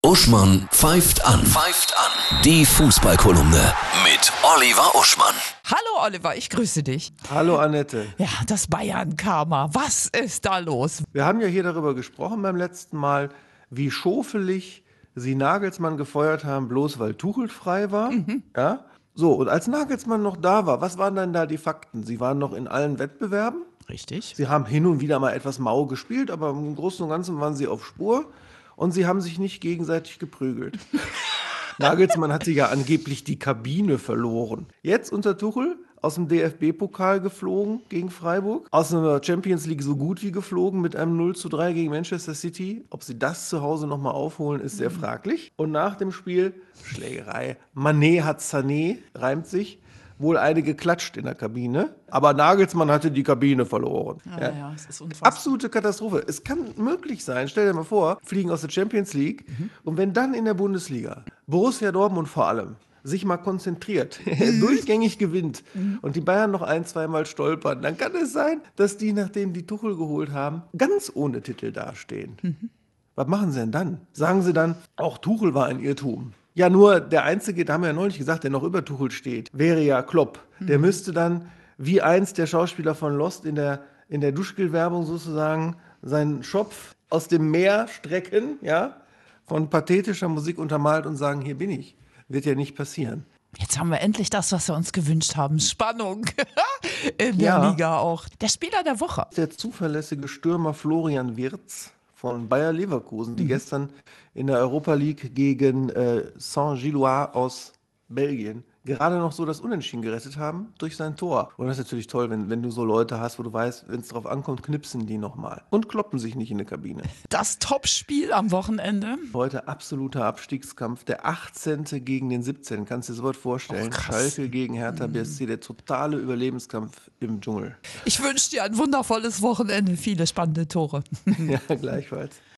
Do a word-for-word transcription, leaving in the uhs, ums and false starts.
Uschmann pfeift an. Pfeift an. Die Fußballkolumne mit Oliver Uschmann. Hallo Oliver, ich grüße dich. Hallo Annette. Ja, das Bayern-Karma, was ist da los? Wir haben ja hier darüber gesprochen beim letzten Mal, wie schofelig sie Nagelsmann gefeuert haben, bloß weil Tuchel frei war. Mhm. Ja? So, und als Nagelsmann noch da war, was waren dann da die Fakten? Sie waren noch in allen Wettbewerben. Richtig. Sie haben hin und wieder mal etwas mau gespielt, aber im Großen und Ganzen waren sie auf Spur. Und sie haben sich nicht gegenseitig geprügelt. Nagelsmann hatte ja angeblich die Kabine verloren. Jetzt unter Tuchel aus dem D F B-Pokal geflogen gegen Freiburg. Aus der Champions League so gut wie geflogen mit einem null zu drei gegen Manchester City. Ob sie das zu Hause nochmal aufholen, ist sehr fraglich. Und nach dem Spiel Schlägerei. Mané hat Sané, reimt sich. Wohl eine geklatscht in der Kabine. Aber Nagelsmann hatte die Kabine verloren. Ja, ja. ja es ist unfassbar. Absolute Katastrophe. Es kann möglich sein, stell dir mal vor, fliegen aus der Champions League mhm. und wenn dann in der Bundesliga Borussia Dortmund vor allem sich mal konzentriert, mhm. durchgängig gewinnt mhm. und die Bayern noch ein, zweimal stolpern, dann kann es sein, dass die, nachdem die Tuchel geholt haben, ganz ohne Titel dastehen. Mhm. Was machen sie denn dann? Sagen sie dann, auch Tuchel war ein Irrtum. Ja, nur der Einzige, da haben wir ja neulich gesagt, der noch über Tuchel steht, wäre ja Klopp. Mhm. Der müsste dann, wie einst der Schauspieler von Lost in der, in der Duschgel-Werbung sozusagen, seinen Schopf aus dem Meer strecken, ja, von pathetischer Musik untermalt und sagen, hier bin ich. Wird ja nicht passieren. Jetzt haben wir endlich das, was wir uns gewünscht haben. Spannung in der ja. Liga auch. Der Spieler der Woche. Der zuverlässige Stürmer Florian Wirtz von Bayer Leverkusen, die mhm. gestern in der Europa League gegen äh, Saint-Gilloise aus Belgien gerade noch so das Unentschieden gerettet haben durch sein Tor. Und das ist natürlich toll, wenn, wenn du so Leute hast, wo du weißt, wenn es drauf ankommt, knipsen die nochmal. Und kloppen sich nicht in der Kabine. Das Topspiel am Wochenende. Heute absoluter Abstiegskampf. Der achtzehnte gegen den siebzehnten Kannst du dir sowas vorstellen? Oh, Schalke gegen Hertha B S C, der totale Überlebenskampf im Dschungel. Ich wünsche dir ein wundervolles Wochenende, viele spannende Tore. Ja, gleichfalls.